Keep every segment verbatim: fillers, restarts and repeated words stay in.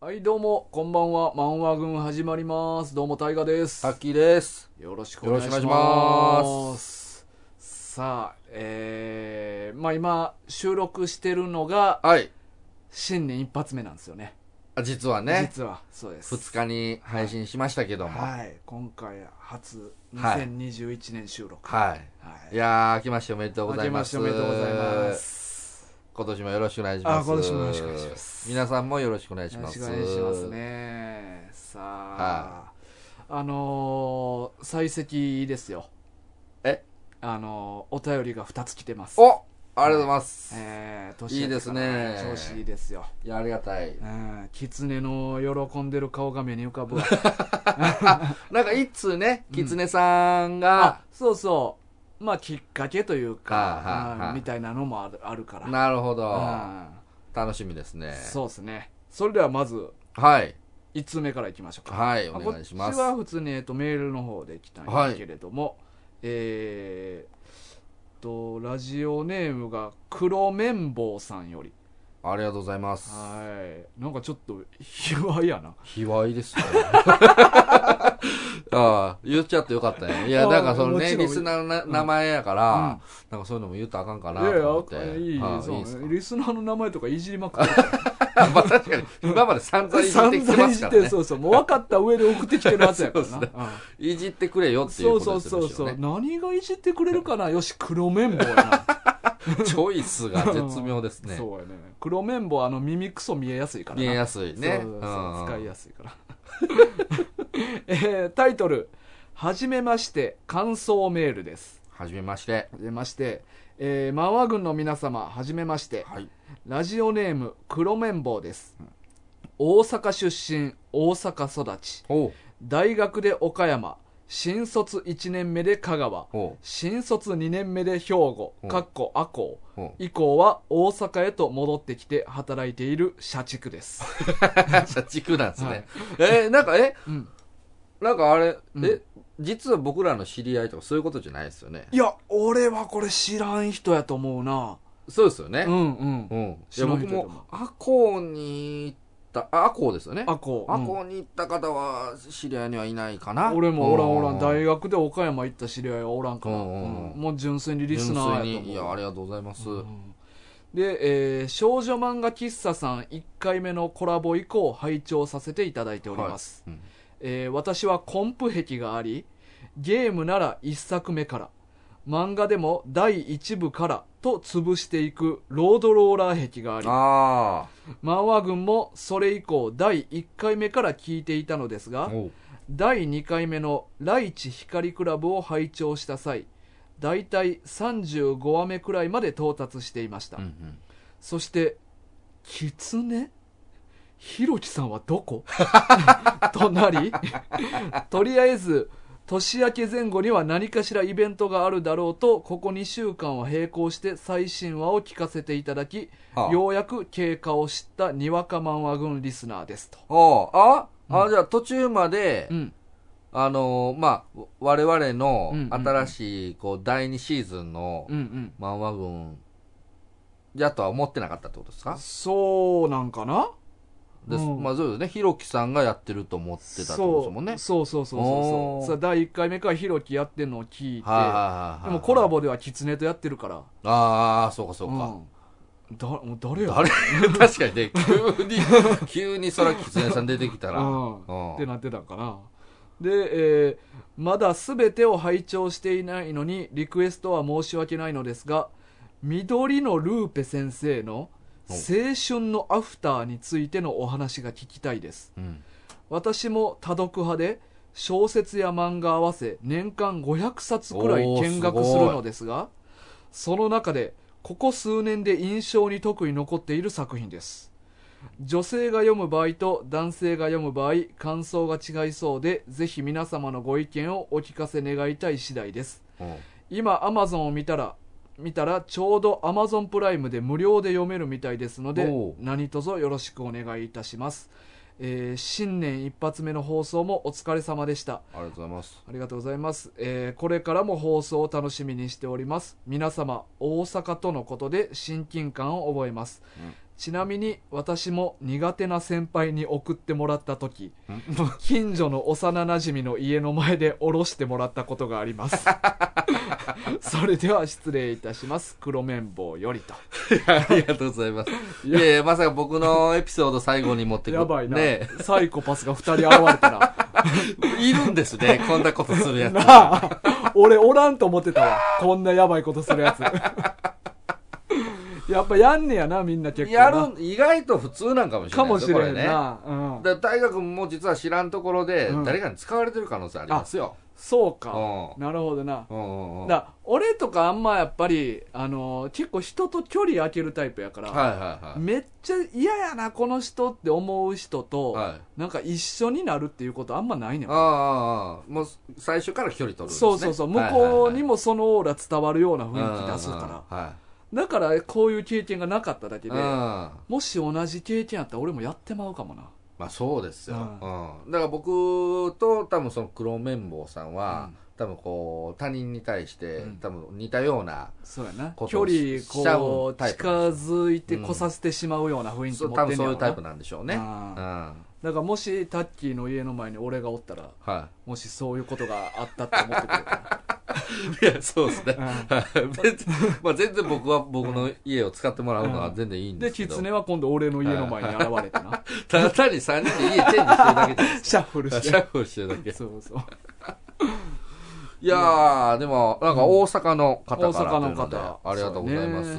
はいどうもこんばんは。漫画軍始まります。どうもタイガです。 タッキーです。 よろしくお願いします。ますさあえー、まあ今収録してるのが、 はい、 新年一発目なんですよね。 あ実はね実はそうです。 ふつかに配信しましたけども、 はい、はい、今回初にせんにじゅういちねん収録、 はい、 はい、 いやー明けましておめでとうございます。 明けましておめでとうございます。 今年もよろしくお願いします。 あ今年もよろしくお願いします。 皆さんもよろしくお願いします。 よろしくお願いしますね。さあ、はい、あのー、幸先いいですよ。 えあのー、お便りがふたつ来てます。 おありがとうございます。 はい、えー、年いいですね。 調子いいですよ。 いやありがたい。 キツネの喜んでる顔が目に浮かぶわ。 なんか一通ね、キツネさんが、うん、 あそうそうまあきっかけというか、はあはあ、みたいなのもある、あるから。 なるほど、楽しみですね。 そうですね。それではまずはいいつつめからいきましょうか。 はいお願いします。 こっちは普通に、えー、とメールの方で来たんだけれども、はい、えーとラジオネームが黒綿棒さんよりありがとうございます。 はい、なんかちょっと卑猥やな。 卑猥ですね。ああ、言っちゃってよかったね。いや、なんかそのね、リスナーのな、うん、名前やから、うん、なんかそういうのも言ったらあかんかなと思って。いやいや、いい、 はあ、そういいですか。リスナーの名前とかいじりまくってまあ確かに、今まで散々いじってきてますからね。 そうそう、もう分かった上で送ってきてるはずやからな。ね、 うん、いじってくれよっていうことですよね。 そうそうそうそう。何がいじってくれるかな。よし、黒綿棒やな。 チョイスが絶妙ですね。 そうやね。黒綿棒、あの耳クソ見えやすいからな。 見えやすいね。 そうそうそう、使いやすいから。えー、タイトル、はじめまして感想メールです。 はじめまして。 はじめまして。えー、漫画軍の皆様、はじめまして。はい、ラジオネーム黒綿棒です。うん、大阪出身、大阪育ち。大学で岡山。新卒いちねんめで香川、新卒にねんめで兵庫、かっこ赤穂、以降は大阪へと戻ってきて働いている社畜です。 社畜なんですね。はい、えー、なんか、え、うん、なんかあれ、うん、え、実は僕らの知り合いとかそういうことじゃないですよね。 いや、俺はこれ知らん人やと思うな。 そうですよね。 うんうん。うん、 いや僕も赤穂にあ、赤穂ですよね。 赤穂、 うん、赤穂に行った方は知り合いにはいないかな。 俺もおらんおらん。大学で岡山行った知り合いはおらんから、うんうんうん、もう純粋にリスナーやと思う。純粋に、 いやありがとうございます。うん、 で、えー、少女漫画喫茶さんいっかいめのコラボ以降拝聴させていただいております。はい、うん、えー、私はコンプ癖があり、ゲームならいっさくめから、漫画でもだいいちぶからと潰していくロードローラー壁があり、あ漫画軍もそれ以降だいいっかいめから聞いていたのですが、だいにかいめのライチ光クラブを拝聴した際、だいたいさんじゅうごわめくらいまで到達していました。うんうん、そしてキツネひろきさんはどことなりとりあえず年明け前後には何かしらイベントがあるだろうと、ここにしゅうかんは並行して最新話を聞かせていただき、ああようやく経過を知ったにわか漫画軍リスナーですと。 ああ、あ、うん、じゃあ途中まで、うん、あのー、まあ我々の新しいこうだいにシーズンの漫画軍やとは思ってなかったってことですか？ そうなんかな。 です、うん、まあそうですね。ひろきさんがやってると思ってたってことですもんね。 そうそうそうそうそう。だいいっかいめからひろきやってるのを聞いて、でもコラボではキツネとやってるから。 ああ、そうかそうか。 うん、だもう誰や。 誰確かにね、急に急にそらキツネさん出てきたら、 うんうん、ってなってたんかな。で、えー、まだすべてを拝聴していないのにリクエストは申し訳ないのですが、緑のルーペ先生の青春のアフターについてのお話が聞きたいです。うん、私も多読派で小説や漫画合わせ年間ごひゃくさつくらい見学するのですが、その中でここ数年で印象に特に残っている作品です。女性が読む場合と男性が読む場合、感想が違いそうで、ぜひ皆様のご意見をお聞かせ願いたい次第です。今 Amazon を見たら見たらちょうど Amazon プライムで無料で読めるみたいですので、何卒よろしくお願いいたします。えー、新年一発目の放送もお疲れ様でした。 ありがとうございます。 ありがとうございます。えー、これからも放送を楽しみにしております。皆様大阪とのことで親近感を覚えます。うん、 ちなみに私も苦手な先輩に送ってもらった時近所の幼なじみの家の前で降ろしてもらったことがありますそれでは失礼いたします。黒綿棒よりとありがとうございます。いやいやまさか僕のエピソード最後に持ってくるやばいな、 ね、 サイコパスがふたり現れたらいるんですねこんなことするやつなあ俺おらんと思ってたわこんなやばいことするやつやっぱやんねやなみんな結構なやる意外と普通なんかもしれないかもしれんね、 な、うん、 だ大学も実は知らんところで誰かに使われてる可能性ありますよ、 うん、そうか、 うん、 なるほどな、 うんうん、 だ俺とかあんまやっぱり、あのー、結構人と距離空けるタイプやから、 はいはいはい、 めっちゃ嫌やなこの人って思う人と、 はい、 なんか一緒になるっていうことあんまないねん。 ああもう最初から距離取るんですね。 そうそうそう、向こうにもそのオーラ伝わるような雰囲気出すから、はいはいはい、だからこういう経験がなかっただけで、もし同じ経験やったら俺もやってまうかもな。 まあそうですよ、うんうん、だから僕と多分その黒綿棒さんは、うん、多分こう他人に対して、うん、多分似たようなそうやな、距離こう近づいてこさせてしまうような雰囲気持ってんねやろな、 多分そういうタイプなんでしょうね、うん、 だからもしタッキーの家の前に俺がおったら、はい、もしそういうことがあったって思ってくれたらいやそうですね、うん、全然、まあ、全然僕は僕の家を使ってもらうのは全然いいんですけど、 で狐は今度俺の家の前に現れてなただ単にさんにんで家チェンジしてるだけですシャッフルしてシャッフルしてるだけそうそういやーでもなんか大阪の方から大阪の方ありがとうございます、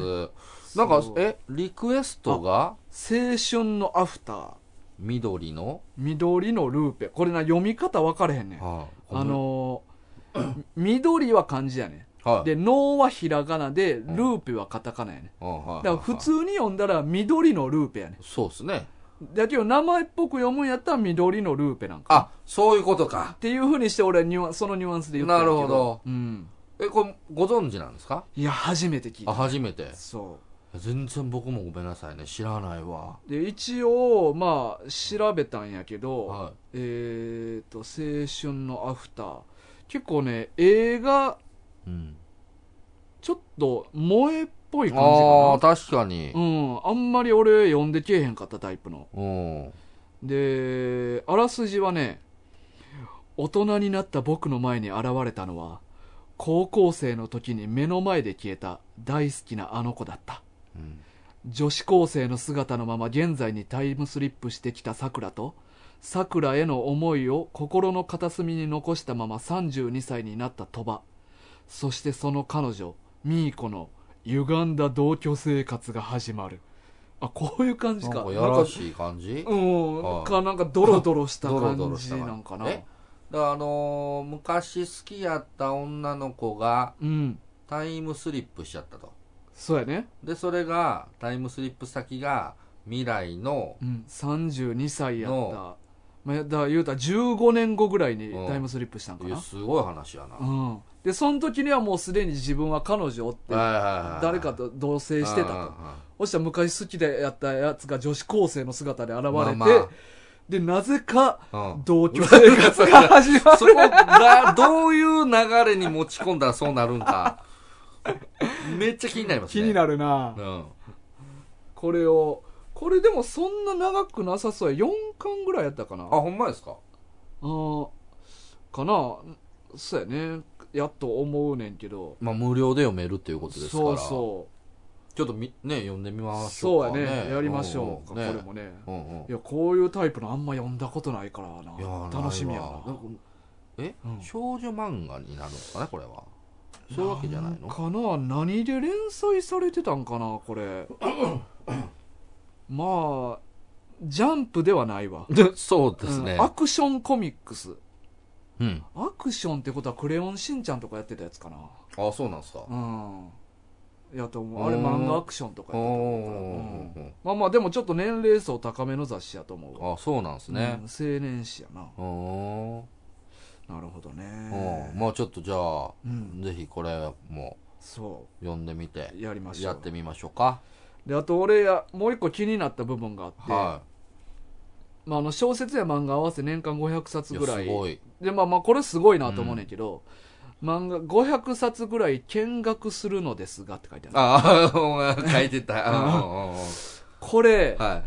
なんかえリクエストが青春のアフター緑の緑のルーペ、これな読み方分かれへんねん、はあ、あのー緑は漢字やね、はい、で能はひらがなでルーペはカタカナやね、うん、だから普通に読んだら緑のルーペやね、 そうですね、 だけど名前っぽく読むんやったら緑のルーペなんか、 あそういうことかっていうふうにして俺はニュアンそのニュアンスで言ってるけど、 なるほど、 うん、 えこれご存知なんですか？ いや初めて聞いた。 あ初めて。 そう全然僕もごめんなさいね知らないわ。 で一応まあ調べたんやけど、はい、えっ、ー、と青春のアフター結構ね映画、うん、ちょっと萌えっぽい感じかな。 あ確かに、 うん、あんまり俺読んでけえへんかったタイプの。であらすじはね、大人になった僕の前に現れたのは高校生の時に目の前で消えた大好きなあの子だった、うん、女子高生の姿のまま現在にタイムスリップしてきたさくらとさくらへの思いを心の片隅に残したままさんじゅうにさいになった鳥羽、そしてその彼女ミーコの歪んだ同居生活が始まる。あこういう感じか。 なんかやらしい感じ、 うんかなんかドロドロした感じなんかな。 えだからあのー、昔好きやった女の子がタイムスリップしちゃったと、うん、 そうやね。 でそれがタイムスリップ先が未来の、 うん、さんじゅうにさいやった、まあ、だから言うたらじゅうごねんごぐらいにタイムスリップしたんかな、うん、いやすごい話やな、 うん、でその時にはもうすでに自分は彼女って誰かと同棲してたと。そしたら昔好きでやったやつが女子高生の姿で現れて、まあまあ、でなぜか同居生活が始まる、うん、そこがどういう流れに持ち込んだらそうなるんかめっちゃ気になりますね。 気になるな、うん、これをこれでもそんな長くなさそうや。よんかんぐらいやったかな。あほんまですか。 あかな。そうやねやっと思うねんけど、 まあ無料で読めるっていうことですから、 そうそうちょっとみね読んでみましょうかね。 そうやねやりましょうか、うんうん、これもね、うんうん、いやこういうタイプのあんま読んだことないからな。いや楽しみやな。 え、うん、少女漫画になるのかなこれは。そういうわけじゃないのかな。何で連載されてたんかなこれまあジャンプではないわそうですね、 うん、アクションコミックス、 うん、 アクションってことはクレヨンしんちゃんとかやってたやつかな。 あそうなんですか。 うんやと思う。あれ漫画アクションとかやってたと思うから、うん、まあまあでもちょっと年齢層高めの雑誌やと思う。 あそうなんですね、 うん、青年誌やな。なるほどね。 まあちょっとじゃあ、うん、ぜひこれもそう読んでみてやりましょう。 やってみましょうか。 であと俺やもう一個気になった部分があって、はいまあ、あの小説や漫画合わせ年間ごひゃくさつぐらい、いすごいで、まあ、まあこれすごいなと思うねんけど、うん、漫画ごひゃくさつぐらい見学するのですがって書いてある。 ああ書いてたこれ、 はい、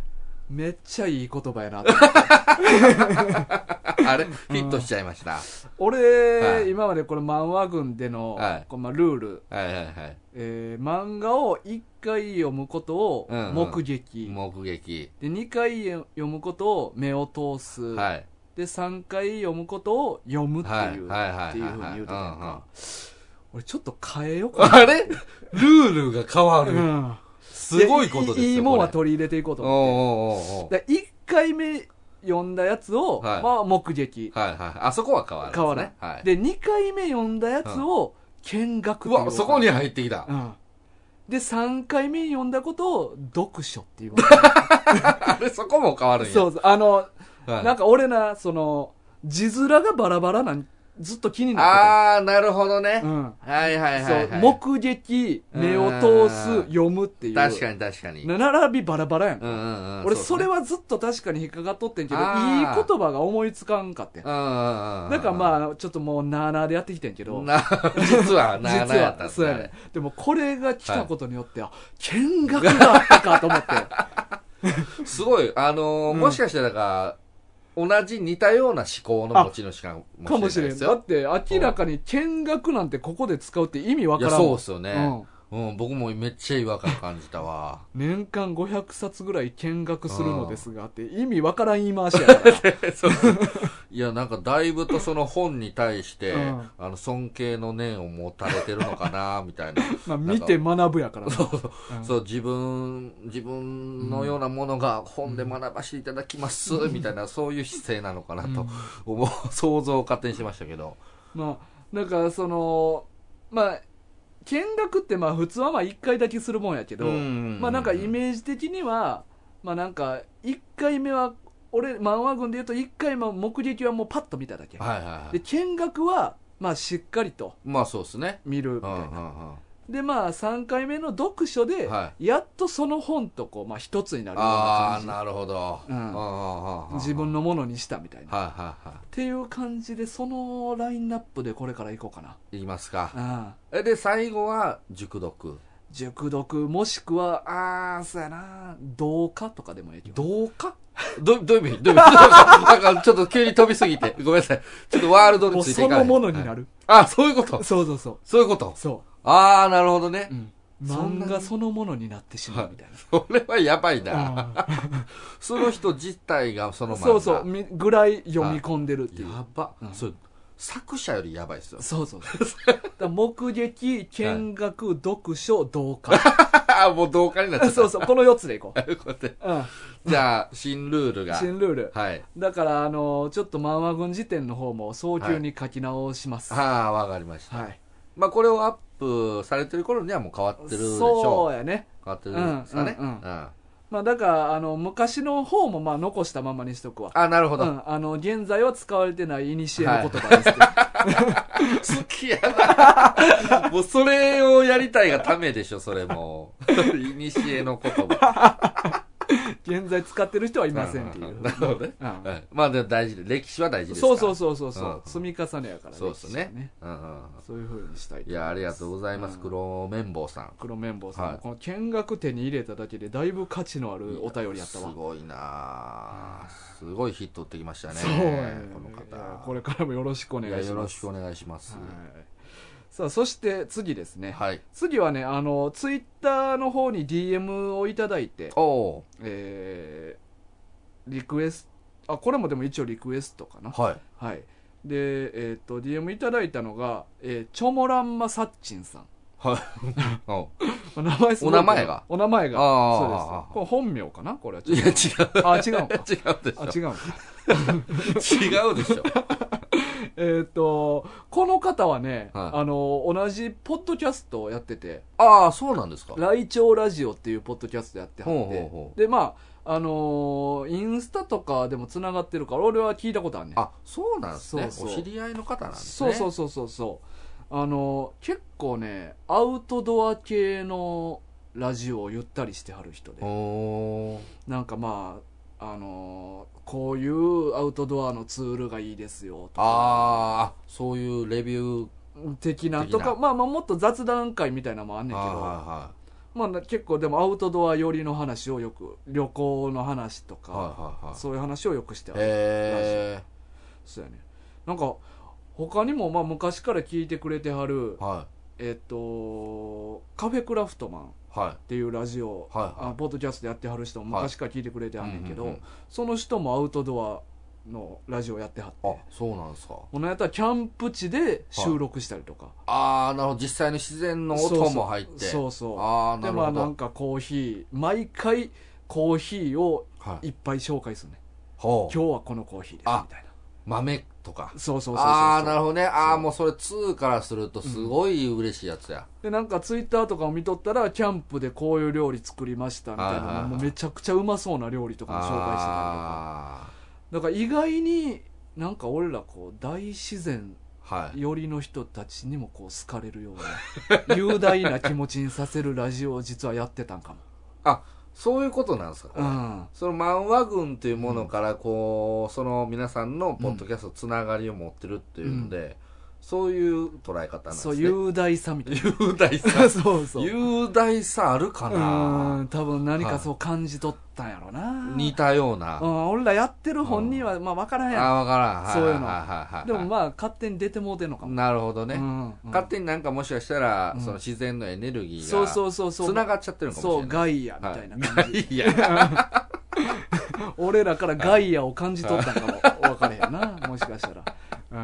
めっちゃいい言葉やなと思ってあれフィットしちゃいました、うん、 俺、はい、今までこれ漫画群での、はい、こうまあ、ルール、 はいはいはいえー、漫画をいっかい読むことを目撃、 うんうん、目撃でにかい読むことを目を通す、はい、でさんかい読むことを読むっていう、はい、っていうふうに言うてたやんか。俺ちょっと変えようかな。 あれルールが変わる、うん、すごいことですよ。 いいもんは取り入れていこうと思って。いっかいめ読んだやつを、はい、まあ、目撃、 はいはい、あそこは変わるんですね。 変わらない、はい、でにかいめ読んだやつを見学っていう、 うわそこに入ってきた、 うん、でさんかいめ読んだことを読書っていうあれそこも変わるんや。 そうそう、あの、はい、なんか俺な、その字面がバラバラなんずっと気になってた。 ああ、なるほどね、うん、はいはいはい、はい、 そう、目撃、目を通す、読むっていう、 確かに確かに並びバラバラやんか、 うんうんうん、 俺それはずっと確かに引っかかっとってんけど、いい言葉が思いつかんかってん。だからまあちょっともうなーなーでやってきてんけど、 な実はなーなーやったんですね。 そうやね。でもこれが来たことによって、はい、見学があったかと思ってすごい、あのーうん、もしかしてだから同じ似たような思考の持ち主かもしれないですよ。 だって明らかに見学なんてここで使うって意味わからんもん。 いやそうですよね、うんうん、僕もめっちゃ違和感感じたわ年間ごひゃくさつぐらい見学するのですがって意味わからん言い回しやからそういやなんかだいぶとその本に対して、うん、あの尊敬の念を持たれてるのかなみたいなまあ見て学ぶやからそうそう、うん、そう自分自分のようなものが本で学ばせていただきます、うん、みたいなそういう姿勢なのかなと思う、うん、想像を勝手にしてましたけど、 まあなんかそのまあ見学ってまあ普通はまあいっかいだけするもんやけど、まあなんかイメージ的にはまあなんかいっかいめは俺漫画群で言うといっかいも目撃はもうパッと見ただけ、 はいはいはい、 で見学はまあしっかりとまあそうですね見るみたいな、うんうんうん、でまあさんかいめの読書でやっとその本とこうまあ一つになるような感じ、 ああなるほど、うん、 自分のものにしたみたいな、 はいはいはい、 っていう感じでそのラインナップでこれからいこうかな。 いきますか、うん、で最後は熟読熟読もしくはああそうやな同化とかでもいいけど。 同化ど, どういう意味どういう意味なんかちょっと急に飛びすぎてごめんなさい、ちょっとワールドについていかない。 そのものになる、 はい、あそういうこと。 そうそうそうそういうこと。 そうああなるほどね、うん、 漫画そのものになってしまうみたいな、 それはやばいなその人自体がその漫画そうそうぐらい読み込んでるっていう、 やば、うん、そう作者よりやばいですよ。 そうそうだ目撃見学、はい、読書同化もう同化になっちゃった。 そうそうこのよっつでいこうううん、じゃあ新ルールが新ルール、 はい、 だからあのちょっと漫画軍辞典の方も早急に書き直します。 はい、はあわかりました、はい、まあこれをアップされてる頃にはもう変わってるでしょう。 そうやね、 変わってるんですかね、 うんうんうんうん、まあ、だからあの昔の方もまあ残したままにしとくわ。 あなるほど、 うん、あの現在は使われてない古の言葉ですけど、 はい、好きやなもうそれをやりたいがためでしょそれも古の言葉現在使ってる人はいませんっていう。 なるほどね、うんはい、まあでも大事で歴史は大事ですから。そうそうそうそう、うん、積み重ねやから、ね、 そうですね、うんうん、 そういう風にしたいと思います。 いやありがとうございます、うん、黒綿棒さん黒綿棒さん、はい、この見学手に入れただけでだいぶ価値のあるお便りやったわ。 すごいな、すごいヒット打ってきましたね。 そうやねこの方、 これからもよろしくお願いします。 いやよろしくお願いします、はい。 さあそして次ですね、 はい、 次はねあのツイッターの方に ディーエム をいただいて、 お、 えー、リクエスト、あこれもでも一応リクエストかな、 はい、 はい、で、えー、と ディーエム いただいたのが、えー、チョモランマサッチンさん、 はいお名前すごい、 お名前がお名前があそうです。これ本名かな、これは。 いや違う、 あ違うか違うでしょ、 あ違うか違うでしょえっとこの方はね、 はい、 あの同じポッドキャストをやってて、 ああそうなんですか。 ライチョウラジオっていうポッドキャストやってはって、 ほうほうほう、 でまああのー、インスタとかでもつながってるから俺は聞いたことあるねん。 あそうなんですね。 そうそうお知り合いの方なんですね。そうそうそうそうそうあのー、結構ねアウトドア系のラジオをゆったりしてはる人で、 おなんかまああのー、こういうアウトドアのツールがいいですよとか、 ああそういうレビュー的なとか、まあ、まあもっと雑談会みたいなのもあんねんけど、 はまあ結構でもアウトドア寄りの話をよく、旅行の話とか、 はいはいはい、 そういう話をよくしてある。 へえ。 そうやね。なんか他にもまあ昔から聞いてくれてはる、 はい、 えっとカフェクラフトマンっていうラジオ、はいはい、あポッドキャストでやってはる人も昔から聞いてくれてはんねんけど、はい、うんうんうん、その人もアウトドアのラジオやってはって、 あ、そうなんですか。 このやったらキャンプ地で収録したりとか、はい、 ああなるほど、実際の自然の音も入って、 そうそう、 あなるほど。 でまあなんかコーヒー毎回コーヒーをいっぱい紹介するね、はい、今日はこのコーヒーですみたいな、 豆とか、 そうそうそうそう、 ああなるほどね、ああもうそれにからするとすごい嬉しいやつや、 うん、でなんかツイッターとかを見とったらキャンプでこういう料理作りましたみたいな、はいはいはい、もうめちゃくちゃうまそうな料理とかも紹介してたりとか、だから意外になんか俺らこう大自然寄りの人たちにもこう好かれるような雄大な気持ちにさせるラジオを実はやってたんかも。 あ、そういうことなんですか、うん、その漫画軍というものからこう、うん、その皆さんのポッドキャストつながりを持ってるっていうので、うん、そういう捉え方なんですね。 そう、雄大さみたいな。 雄大さそうそう、 雄大さあるかな。 うん、多分何かそう感じ取ったんやろな、はい、 似たような、 うん、俺らやってる本人はまあ分からんやん、 あ分からん、 そういうの、 はいはいはいはい、 でもまあ勝手に出てもうてんのかも。 なるほどね、 うんうん、 勝手になんかもしかしたら、うん、その自然のエネルギーがつながっちゃってるのかもしれない。 そうガイアみたいな感じ、 はい、ガイア俺らからガイアを感じ取ったんかも分からへんな、もしかしたら。うん、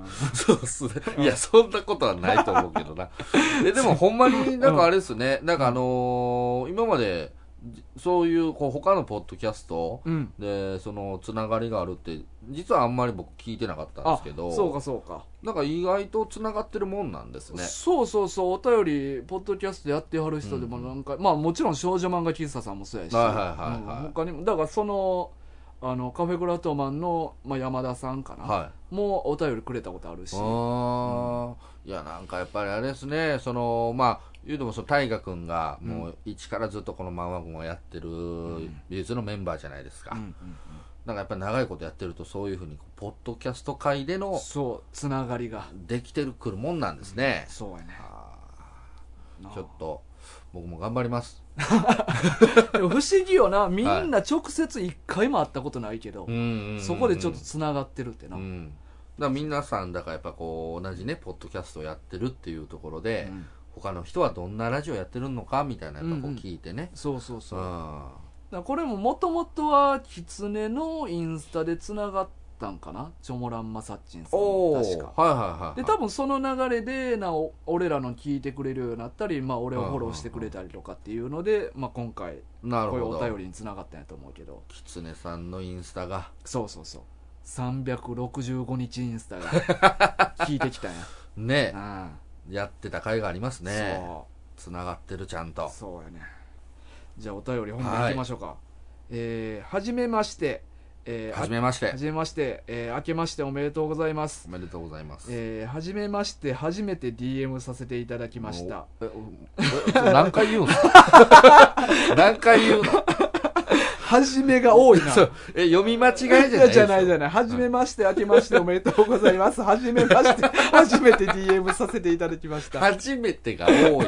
そうっすね。いや、そんなことはないと思うけどな。え、でもほんまになんかあれですね、うん、なんかあのー、今まで、そういうこう他のポッドキャストで、うん、そのつながりがあるって実はあんまり僕聞いてなかったんですけど、 そうかそうか、 なんか意外とつながってるもんなんですね。 そうそうそう、お便りポッドキャストやってはる人でもなんか、うん、まあもちろん少女漫画喫茶さんもそうやし、はいはいはいはい、うん、他にもだからそのあのカフェクラフトマンの、まあ、山田さんかな、はい、もうお便りくれたことあるし、あ、 うん、いやなんかやっぱりあれですね、そのまあ言うてもその大河君がもう一からずっとこの漫画軍をやってる美術のメンバーじゃないですか、うんうんうん、なんかやっぱり長いことやってるとそういうふうにポッドキャスト界でのそうつながりができてるくるもんなんですね、 うん、そうやね、 ちょっと僕も頑張りますでも不思議よな、みんな直接一回も会ったことないけど、はい、そこでちょっとつながってるってな、うん、 だから皆さんだからやっぱこう同じねポッドキャストをやってるっていうところで、うん、他の人はどんなラジオやってるのかみたいなやっぱこう聞いてね、うんうん、 そうそうそう、うん、だからこれももともとはキツネのインスタでつながったんかな、チョモランマサッチンさんの確か、はいはいはいはい、で多分その流れでなお俺らの聞いてくれるようになったり、まあ、俺をフォローしてくれたりとかっていうので、はいはいはい、まあ、今回こういうお便りにつながったんやと思うけど、 キツネさんのインスタがそうそうそうさんびゃくろくじゅうごにちインスタが聞いてきたんやね、うん、やってた甲斐がありますね。そうつながってるちゃんと。 そうやね。じゃあお便り本編いきましょうか。はい、えー、はじめまして、 えー、はじめましてはじめまして、えー、明けましておめでとうございます。 おめでとうございます。 えー、はじめまして初めて ディーエム させていただきました。 何回言うの何回言うのはじめが多いな。 え読み間違いじゃないですか。 じゃないじゃない。はじめまして、明けましておめでとうございます。はじめまして、初めて ディーエム させていただきました。 初めてが多い。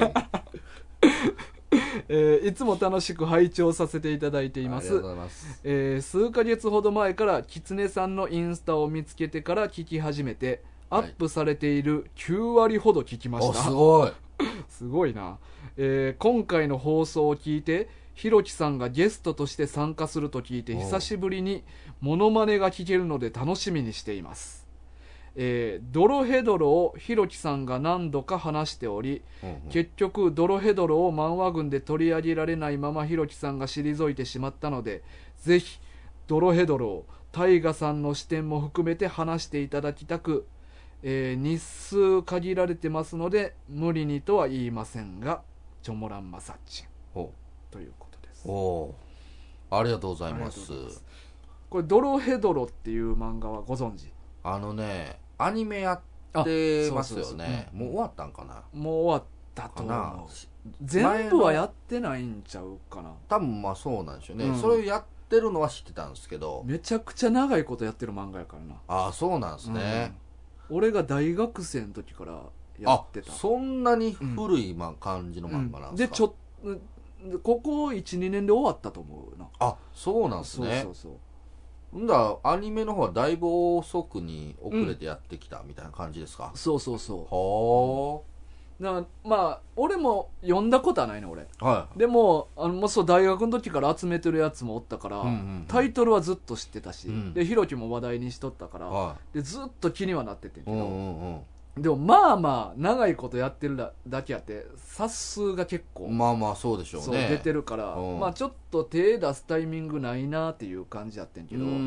えー、いつも楽しく拝聴させていただいています。ありがとうございます。えー、数ヶ月ほど前からキツネさんのインスタを見つけてから聞き始めて、アップされているきゅうわりほど聞きました。 すごい。 すごいな。えー、今回の放送を聞いて、ひろきさんがゲストとして参加すると聞いて久しぶりにモノマネが聞けるので楽しみにしています。えー、ドロヘドロをひろきさんが何度か話しており、うんうん、結局ドロヘドロを漫画群で取り上げられないままひろきさんが退いてしまったので、ぜひドロヘドロをタイガさんの視点も含めて話していただきたく、えー、日数限られてますので無理にとは言いませんが、チョモランマサッチンということです。 おありがとうございます。 これドロヘドロっていう漫画はご存知？ あのねアニメやってますよね。もう終わったんかな。 もう終わったと思う。全部はやってないんちゃうかな。 多分まあそうなんでしょうね、うん、それをやってるのは知ってたんですけど、 めちゃくちゃ長いことやってる漫画やからな。 ああそうなんですね、 うん、俺が大学生の時からやってた。 あそんなに古い、まあ、感じの漫画なんですか、 うん、でちょここいち、にねんで終わったと思うな。 あ、そうなんですね。 そうそうそう。 んだ、アニメの方はだいぶ遅くに遅れてやってきたみたいな感じですか？ うん、そうそうそう。 はあ。だからまあ、俺も読んだことはないの、俺。 はい。 でも、あの、もうそう、大学の時から集めてるやつもおったから、 うんうんうん、 タイトルはずっと知ってたし、 うん、 で、ひろきも話題にしとったから、 はい、で、ずっと気にはなっててんけど、 うんうんうんでもまあまあ長いことやってるだけあって冊数が結構まあまあそうでしょうね。 そう出てるから、 うん、 まあちょっと手出すタイミングないなっていう感じやってんけど、 うんうんうん、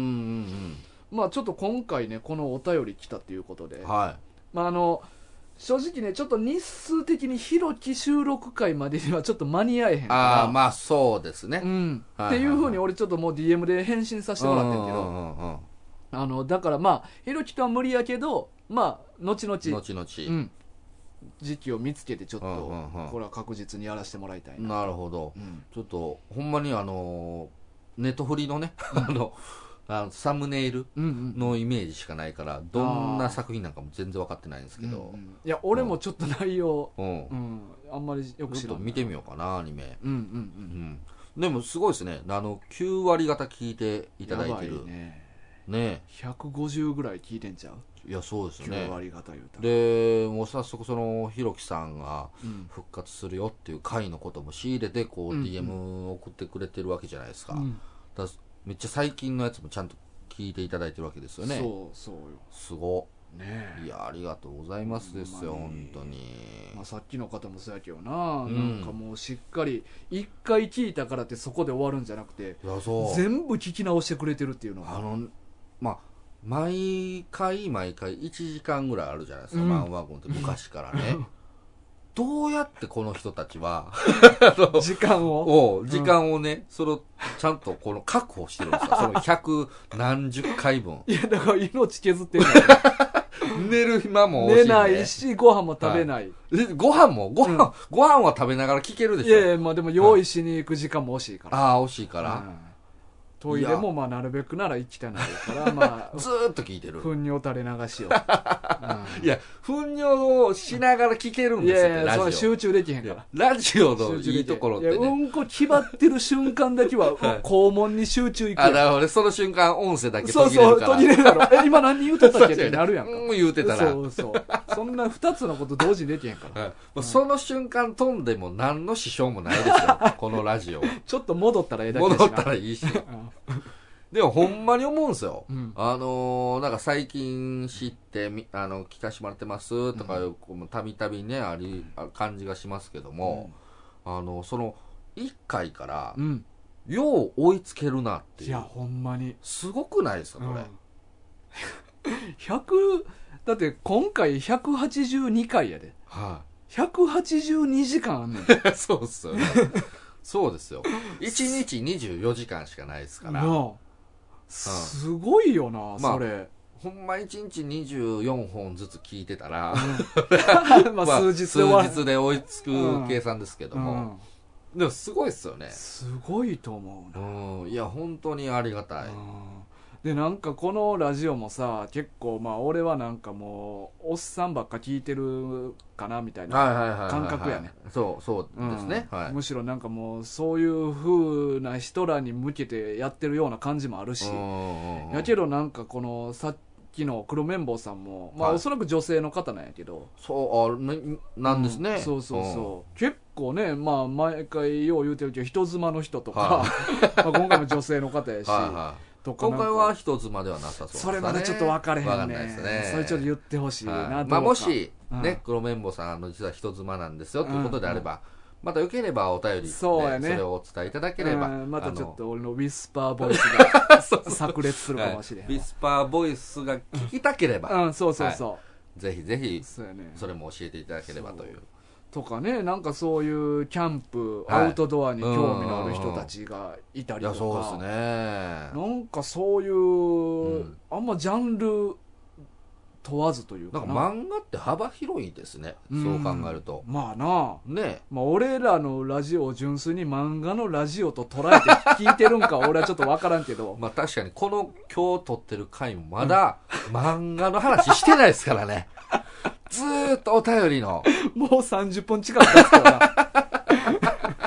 まあちょっと今回ねこのお便り来たっていうことで、 はい、 まああの正直ねちょっと日数的にひろき収録回までにはちょっと間に合えへんから、 ああまあそうですね、 うん、 はいはいはい、 っていうふうに俺ちょっともう ディーエム で返信させてもらってんけど、 うんうんうんうん、 あのだからまあひろきとは無理やけどまあ後々 後々、 うん、時期を見つけてちょっと、 うんうんうん、 これは確実にやらせてもらいたいな。 なるほど、 うん、 ちょっとほんまにあのネットフリのねあのあのサムネイルのイメージしかないから、うんうん、どんな作品なんかも全然分かってないんですけど、うんうん、 いや俺もちょっと内容、 うんうん、 あんまりよく知らない。 ちょっと見てみようかなアニメ、 うんうんうんうん、でもすごいですね、あのきゅうわり方聞いていただいてるねね、 ひゃくごじゅうぐらい聞いてんちゃう。 いやそうですね、 きゅうわり方言うたらでもう早速そのひろきさんが復活するよっていう回のことも仕入れてこう、うん、ディーエム 送ってくれてるわけじゃないですか、うん、だめっちゃ最近のやつもちゃんと聞いていただいてるわけですよね。 そうそうよ、 すごね、 いやありがとうございますですよ、本当に、 まあ、さっきの方もそうやけどな、うん、なんかもうしっかりいっかい聞いたからってそこで終わるんじゃなくて、 いやそう全部聞き直してくれてるっていうのがあのまあ毎回毎回いちじかんぐらいあるじゃないですか、うん、漫画軍って昔からねどうやってこの人たちは時間を時間をね、うん、それをちゃんとこの確保してるんですかその百何十回分。 いやだから命削ってる寝る暇も惜しい、ね、 寝ないしご飯も食べない、 はい、ご飯もご飯、うん、ご飯は食べながら聞けるでしょ。 いやいや、まあ、でも用意しに行く時間も惜しいから、 うん、ああ惜しいから、うんトイレもまあなるべくなら行きたないからまあずーっと聞いてる糞尿垂れ流しを、うん、 いや糞尿をしながら聞けるんですよ、ね、 いやいやそれ集中できへんからラジオのいいところってね、 いやうんこ決まってる瞬間だけは、はい、肛門に集中いくやん。 あなるほど、その瞬間音声だけ途切れるからそうそう途切れるだろえ今何言うとったっけってなるやんかうん言うてたらそうそうそんな二つのこと同時にできへんから、 はいうん、その瞬間飛んでも何の支障もないですよこのラジオちょっと戻ったらええだけ戻ったらいいしでもほんまに思うんですよ、 うん、 あのー、なんか最近知ってあの聞かせてもらってますとかたびたびねありあ感じがしますけども、うん、あのそのいっかいから、うん、よう追いつけるなっていう。 いやほんまにすごくないですかこれ、 うん、ひゃくだって今回ひゃくはちじゅうにかいやで、 はい、 ひゃくはちじゅうにじかんあんねんそうっすよねそうですよいちにちにじゅうよじかんしかないですからすごいよな、うん、それ、まあ、 ほんまいちにちにじゅうよんほんずつ聞いてたら、 うん、まあ数日で終わる、 数日で追いつく計算ですけども、うんうん、でもすごいっすよね。 すごいと思うな、 うん、いや本当にありがたい、 でなんかこのラジオもさ結構まあ俺はなんかもうおっさんばっか聞いてるかなみたいな感覚やね。 そうそうですね、 うんはい、 むしろなんかもうそういう風な人らに向けてやってるような感じもあるし、やけどなんかこのさっきの黒綿棒さんもまあおそらく女性の方なんやけど、 そうあなんですね、 うん、そうそうそう、結構ねまあ毎回よう言うてるけど人妻の人とか、まあ今回も女性の方やし、はいはいとか今回は人妻ではなさそうですね。 それまでちょっと分かれへんね。 分かんないですね。 それちょっと言ってほしいな、はい、 まあもし、ね、うん、黒綿棒さんあの実は人妻なんですよということであれば、うんうん、またよければお便りでそ,、ね、それをお伝えいただければ、 うん、またちょっと俺のウィスパーボイスが炸裂するかもしれへん、 はい、ウィスパーボイスが聞きたければ、 うん、うん、そうそうそう、はい、 ぜひぜひそ,、 ね、 それも教えていただければという。 とかね、なんかそういうキャンプ、はい、アウトドアに興味のある人たちがいたりとか、いやそうですね、なんかそういう、うん、あんまジャンル問わずというかな、 なんか漫画って幅広いですね、うん、そう考えると。 まあなね、 まあ、俺らのラジオを純粋に漫画のラジオと捉えて聞いてるんか俺はちょっと分からんけどまあ確かにこの今日撮ってる回もまだ漫画の話してないですからねずーっとお便りのもうさんじゅっぽん近く経つから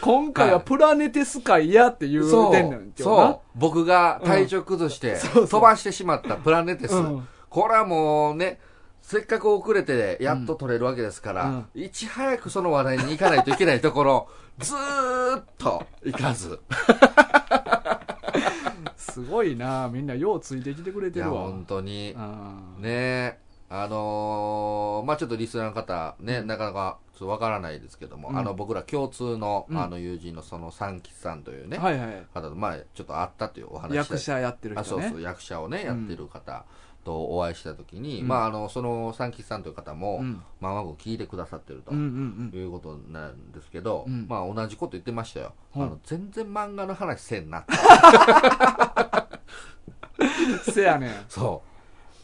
今回はプラネテス界やって言うてんねん、 そう。僕が体調崩して、飛ばしてしまったプラネテス。うん、これはもうね、せっかく遅れてやっと取れるわけですから、うん、いち早くその話題に行かないといけないところ、ずーっと行かず。 すごいな、みんなようついてきてくれてるわ。いや、 本当に。ねあのー、まあちょっとリスナーの方、ね、うん、なかなかちょっとわからないですけども、うん、あの、僕ら共通の、うん、あの友人のその三吉さんというね、はいはい、方と、まあちょっと会ったというお話。 役者やってる人ね。 あ、そうそう、役者をね、やってる方。とお会いしたときに、うん、まああのその三吉さんという方も、うん、まあまあ聞いてくださってると、うんうんうん、いうことなんですけど、うん、まあ同じこと言ってましたよ。うん、あの全然漫画の話せんなって。 せやねん。 そう。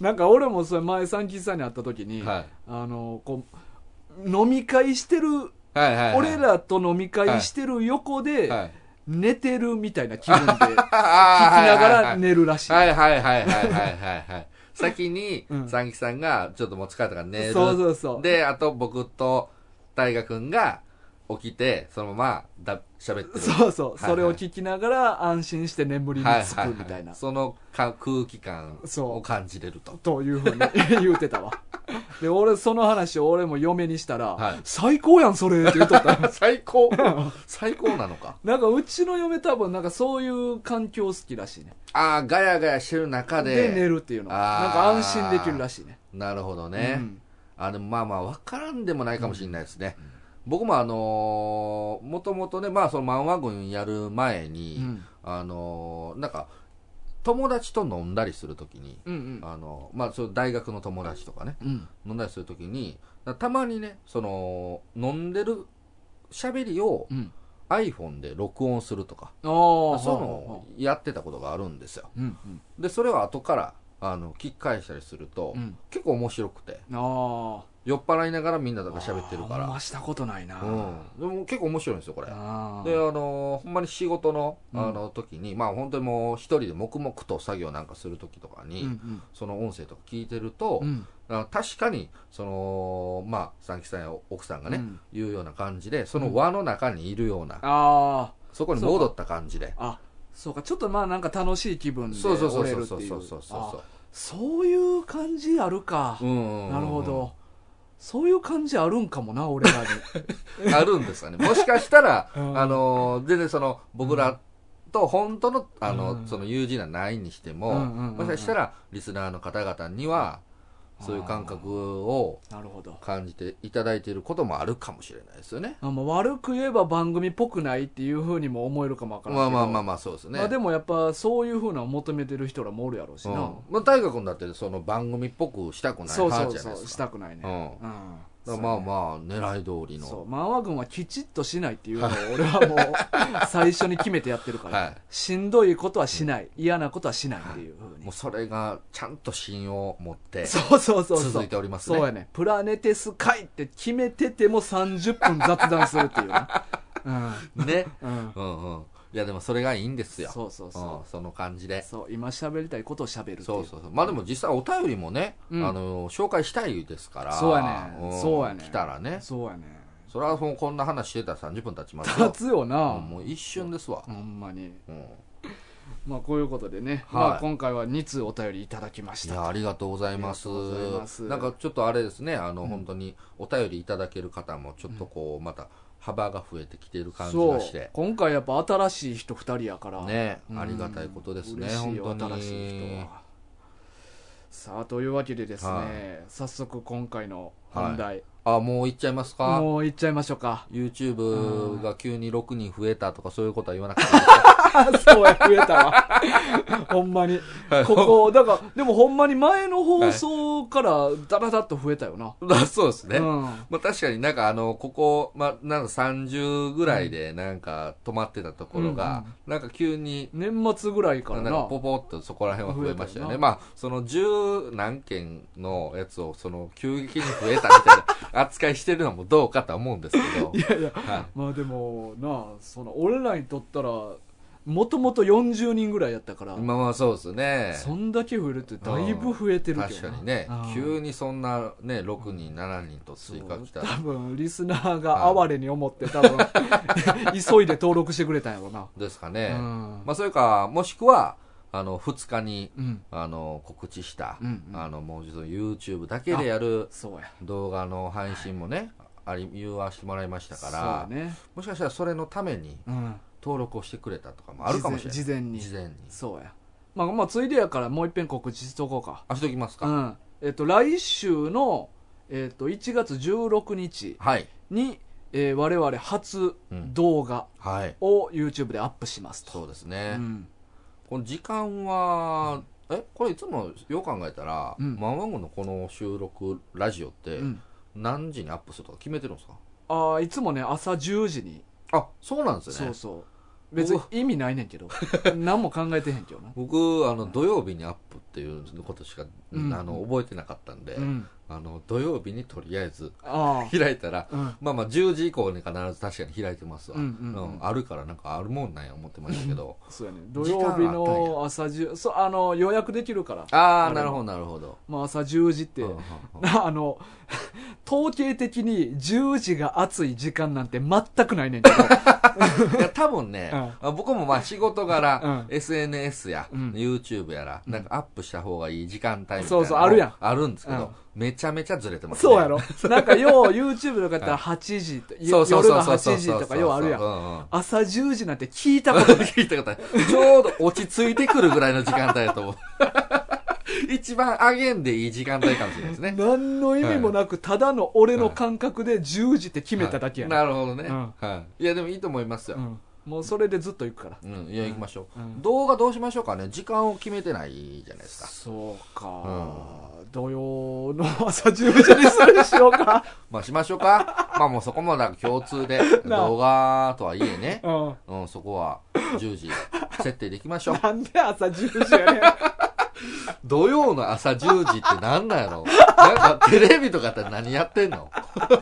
なんか俺もそれ前三吉さんに会ったときに、はい、あのこう飲み会してる、はいはいはい、俺らと飲み会してる横で。はいはい、寝てるみたいな気分で聞きながら寝るらしい。 はいはいはいはいはいはいはい。先に、三木さんがちょっともう疲れたから寝る。 そうそうそう。 で、あと僕と大河君が起きて、そのままだ喋ってる。 そうそう。はいはい、それを聞きながら安心して眠りにつくみたいな。はいはいはい、 そのか空気感を感じれると。 というふうに言うてたわ。で、俺、その話を俺も嫁にしたら、はい、最高やん、それって言っとった。 最高最高なのか。 なんか、うちの嫁多分、なんかそういう環境好きらしいね。 ああ、ガヤガヤしてる中で。 で、寝るっていうの。なんか安心できるらしいね。 なるほどね。うん、あでもまあまあ、わからんでもないかもしれないですね。うんうん、僕もあのー、もともとね、まあ、その漫画軍やる前に、うん、あのー、なんか、友達と飲んだりするときに、うんうん、あのまあ、その大学の友達とかね、うん、飲んだりするときにたまにねその飲んでる喋りを iPhone で録音するとか、うん、そういうのをやってたことがあるんですよ、うんうん、でそれを後からあの聞き返したりすると、うん、結構面白くてあ酔っ払いながらみんなとか喋ってるから。 あんましたことないな、 うん、でも結構面白いんですよこれ。であのほんまに仕事のあの時に、うん、まあ本当にもう一人で黙々と作業なんかする時とかに、うんうん、その音声とか聞いてると、うん、確かにそのまあ三木さんや奥さんがね、うん、言うような感じでその輪の中にいるような、うん、あそこに戻った感じで。 あそうかちょっとまあなんか楽しい気分で折れるっていう。そうそうそうそうそうそうそういう感じあるか、うんうんうん、なるほど。そういう感じあるんかもな俺らにあるんですかねもしかしたら、うん、あの全然その僕らと本当の、あの、うん、その友人はないにしても、うんうんうんうん、もしかしたらリスナーの方々にはそういう感覚を感じていただいていることもあるかもしれないですよね。 あ、まあ、悪く言えば番組っぽくないっていうふうにも思えるかもわからないけど、 まあまあまあまあそうですね、 まあ、でもやっぱそういうふうな求めてる人らもおるやろうしな、うん、 まあ、大河君だってその番組っぽくしたくない派じゃないですか。そうそうそうしたくないね、うんうんまあまあ狙い通りのそう漫画軍はきちっとしないっていうのを俺はもう最初に決めてやってるから、はい、しんどいことはしない、うん、嫌なことはしないっていうふうに、 もうそれがちゃんと芯を持ってそうそうそう続いておりますね。 そうやねプラネテス会って決めててもさんじゅっぷん雑談するっていうね、 うん、ね、うんうんうんいやでもそれがいいんですよ。 そうそうそう、 うん、その感じでそう今喋りたいことを喋るっていう。 そうそうそうまあでも実際お便りもね、うん、あの紹介したいですから。 そうやね、うん、そうやね来たらね。 そうやねそれはもうこんな話してたらさんじゅっぷん経ちますよ。 経つよな、 うん、もう一瞬ですわほんまに、うん、まあこういうことでね、はいまあ、今回はに通お便りいただきました。 いやありがとうございます。なんかちょっとあれですねあの、うん、本当にお便りいただける方もちょっとこう、うん、また幅が増えてきている感じがして今回やっぱ新しい人ふたりやからね、うん、ありがたいことですね。 嬉しいよ新しい人は。さあというわけでですね、はい、早速今回の本題、はい、 あもう行っちゃいますか。 もう行っちゃいましょうか。 YouTube が急にろくにん増えたとかそういうことは言わなくていいですかそうや増えたわほんまに、はい、ここだからでもほんまに前の放送からダラダッと増えたよな、 はい、そうですね、うん、まあ、確かになんかあのここ、まあ、なんかさんじゅうぐらいでなんか止まってたところが、うん、なんか急に年末ぐらいからななんかポポッとそこら辺は増えましたよね。まあその十何件のやつをその急激に増えたみたいな扱いしてるのもどうかとは思うんですけどいやいや、はい、まあでもなあその俺らにとったらもともとよんじゅうにんぐらいやったから、 まあまあそうですね。 そんだけ増えるってだいぶ増えてるけどな、 確かにね、急にそんなねろくにんしちにんと追加来たら多分リスナーが哀れに思って多分急いで登録してくれたんやろうな。 ですかね、まあそれかもしくはあのふつかに、うん、あの告知した、うんうん、あのもう一度 YouTube だけでやる動画の配信もね、はい、あり言わせてもらいましたから、ね、もしかしたらそれのために、うん登録をしてくれたとかもあるかもしれない。 事前に事前にそうや、まあ、まあついでやからもう一遍告知しとこうか。 あしときますか、 うんえっと、来週の、えっと、いちがつじゅうろくにちに、はいえー、我々初動画を YouTube でアップしますと、 うんはい、そうですね、うん、この時間は、うん、えこれいつもよう考えたら、うん、マンワンゴのこの収録ラジオって何時にアップするとか決めてるんですか？ あいつもね朝じゅうじに。 あそうなんですね。 そうそう別に意味ないねんけど何も考えてへんけどな。 僕あの土曜日にアップっていうことしか、うん、あの覚えてなかったんで、うん、あの土曜日にとりあえず開いたら、うん、まあまあじゅうじ以降に必ず確かに開いてますわ、うんうんうんうん、あるからなんかあるもんなんや思ってましたけどそうやね土曜日の朝じゅうそうあの予約できるから。 ああなるほどなるほど、 まあ、朝じゅうじって、うんうんうん、あの統計的にじゅうじが暑い時間なんて全くないねんけどいや多分ね、うん、僕もまあ仕事柄、うん、エスエヌエス や、うん、YouTube やら、なんかアップした方がいい時間帯みたいなのそうそうあるやんあるんですけど、うん、めちゃめちゃずれてますね。そうやろなんかよう YouTube とかやったらはちじと夜のはちじとかようあるやん。朝じゅうじなんて聞いたことない聞いたことないちょうど落ち着いてくるぐらいの時間帯だと思う一番上げんでいい時間帯かもしれないですね。 何の意味もなく、はい、ただの俺の感覚でじゅうじって決めただけやね、 はい、なるほどね、うんはい、いやでもいいと思いますよ、うん、 もうそれでずっと行くから、 うん、いや行きましょう、うん、動画どうしましょうかね。時間を決めてないじゃないですか。 そうか、うん、土曜の朝じゅうじにするしようかまあしましょうかまあもうそこもだ共通で動画とはいえね、うんうん、そこはじゅうじ設定できましょうなんで朝じゅうじやねん土曜の朝じゅうじって何なんやろなんかテレビとかって何やってんの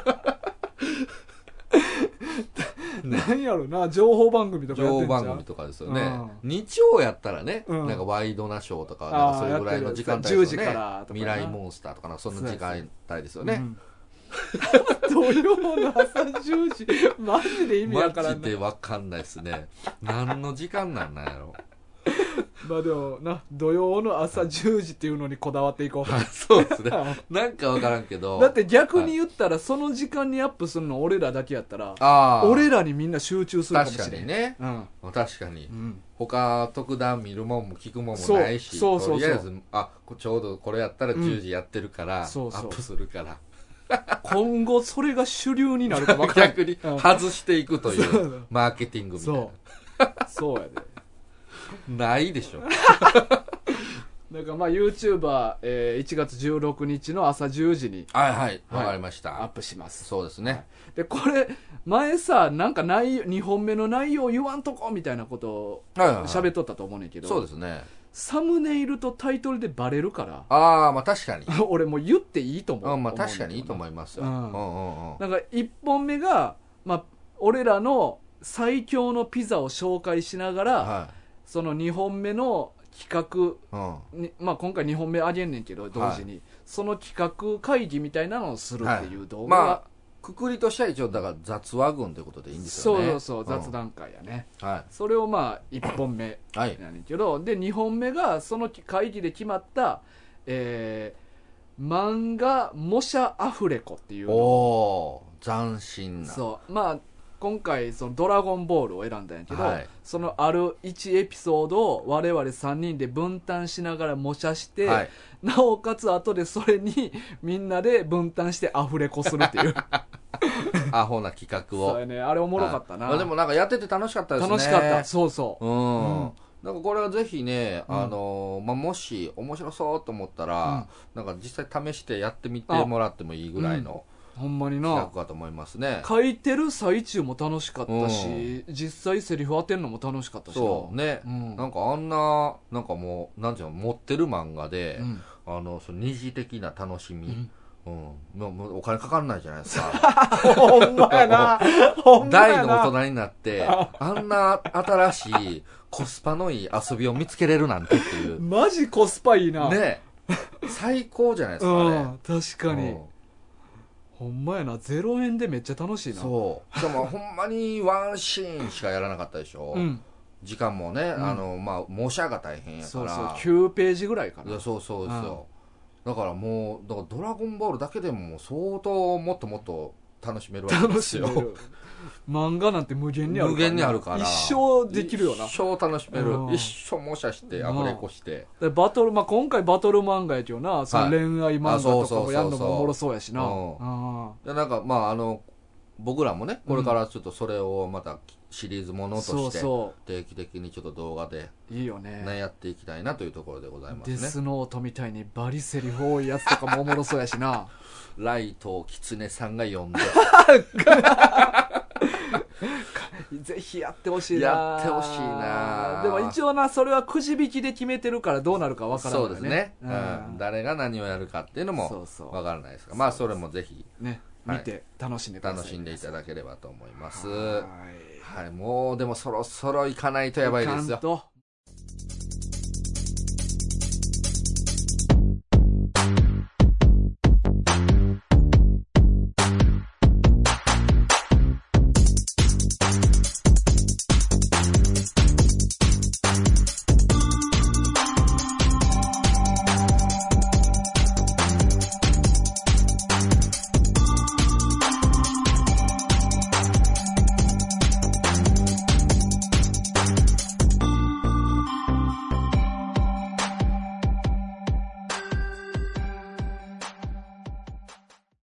何やろな情報番組とかやってんじゃん。 情報番組とかですよね、うん、日曜やったらね、うん、なんかワイドナショーとかなんかそれぐらいの時間帯ですよね。じゅうじからとか未来モンスターとかなんかそんな時間帯ですよね、うん、 土曜の朝じゅうじマジで意味わからんない。 マジでわかんないですね何の時間なんなんやろまあでもな土曜の朝じゅうじっていうのにこだわっていこうそうですねなんか分からんけどだって逆に言ったらその時間にアップするの俺らだけやったらあ俺らにみんな集中するかもしれない。 確かにね、うん、確かに、うん、他特段見るもんも聞くもんもないしそうそうそうそうとりあえずあちょうどこれやったらじゅうじやってるから、うん、そうそうアップするから今後それが主流になるか分からん逆に外していくというマーケティングみたいなそうそうやでないでしょだからまあ YouTuber、えー、いちがつじゅうろくにちの朝じゅうじにはいはいわかりました、 アップします。 そうですね、はい、 でこれ前さなんか内容にほんめの内容言わんとこみたいなことを喋っとったと思うねんけど、 そうですねサムネイルとタイトルでバレるからああまあ確かに俺もう言っていいと思う、 うん、まあ確かにいいと思いますよ、うんうんうんうん、なんかいっぽんめが、まあ、俺らの最強のピザを紹介しながら、はいそのにほんめの企画に、うんまあ、今回にほんめあげんねんけど同時に、はい、その企画会議みたいなのをするっていう動画が、はいまあ、 くくりとしては一応だから雑話群ということでいいんですよね。 そうそうそう、うん、雑談会やね、はい、それをまあいっぽんめやねんけど、はい、でにほんめがその会議で決まった、えー、漫画模写アフレコっていうのおー斬新なそうまあ今回そのドラゴンボールを選んだんやけど、はい、そのあるいちエピソードを我々さんにんで分担しながら模写して、はい、なおかつ後でそれにみんなで分担してアフレコするっていうアホな企画をそうやねあれおもろかったな、 はい、でもなんかやってて楽しかったですね。 楽しかったそうそう、 うんうん、なんかこれはぜひね、あのーまあ、もし面白そうと思ったら、うん、なんか実際試してやってみてもらってもいいぐらいの、 ほんまにな企画かと思いますね。 書いてる最中も楽しかったし、うん、実際セリフ当てるのも楽しかったしそうね、うん、なんかあんななんかもうなんていうの持ってる漫画で、うん、あのその二次的な楽しみうん、もうもうお金かかんないじゃないですか。 ほんまやな。ほんまやな。 大の大人になって、あんな新しいコスパのいい遊びを見つけれるなんてっていう。 マジコスパいいな。 ね。最高じゃないですか、 うん、 あれ。確かに。うん、ほんまやな。ゼロえんでめっちゃ楽しいな。 そう。しかもほんまにワンシーンしかやらなかったでしょ。うん、時間もね、うん、あの、まあ、申し上が大変やから。そうそう、 きゅうページぐらいかな。 いや、そうそうですよ。だからもう、だからドラゴンボールだけでも相当もっともっと楽しめるわけですよ。 漫画なんて無限にあるから、 無限にあるから一生できるよな。 一生楽しめる、うん、一生模写してアフレコしてバトル、まあ、今回バトル漫画やけどな、その恋愛漫画とかもやるのもおもろそうやしな。 でなんかまああの僕らもねこれからちょっとそれをまたシリーズものとして定期的にちょっと動画でいいよね、 ね、やっていきたいなというところでございますね。 デスノートみたいにバリセリフ多いやつとかもおもろそうやしな。 ライトをキツネさんが呼んでぜひやってほしいな。 やってほしいな。 でも一応な、それはくじ引きで決めてるからどうなるかわからないね。 そうですね、うん、誰が何をやるかっていうのもわからないですが、まあそれもぜひね、見て楽しんでください。 楽しんでいただければと思います。はい、はい、もうでもそろそろ行かないとやばいですよ。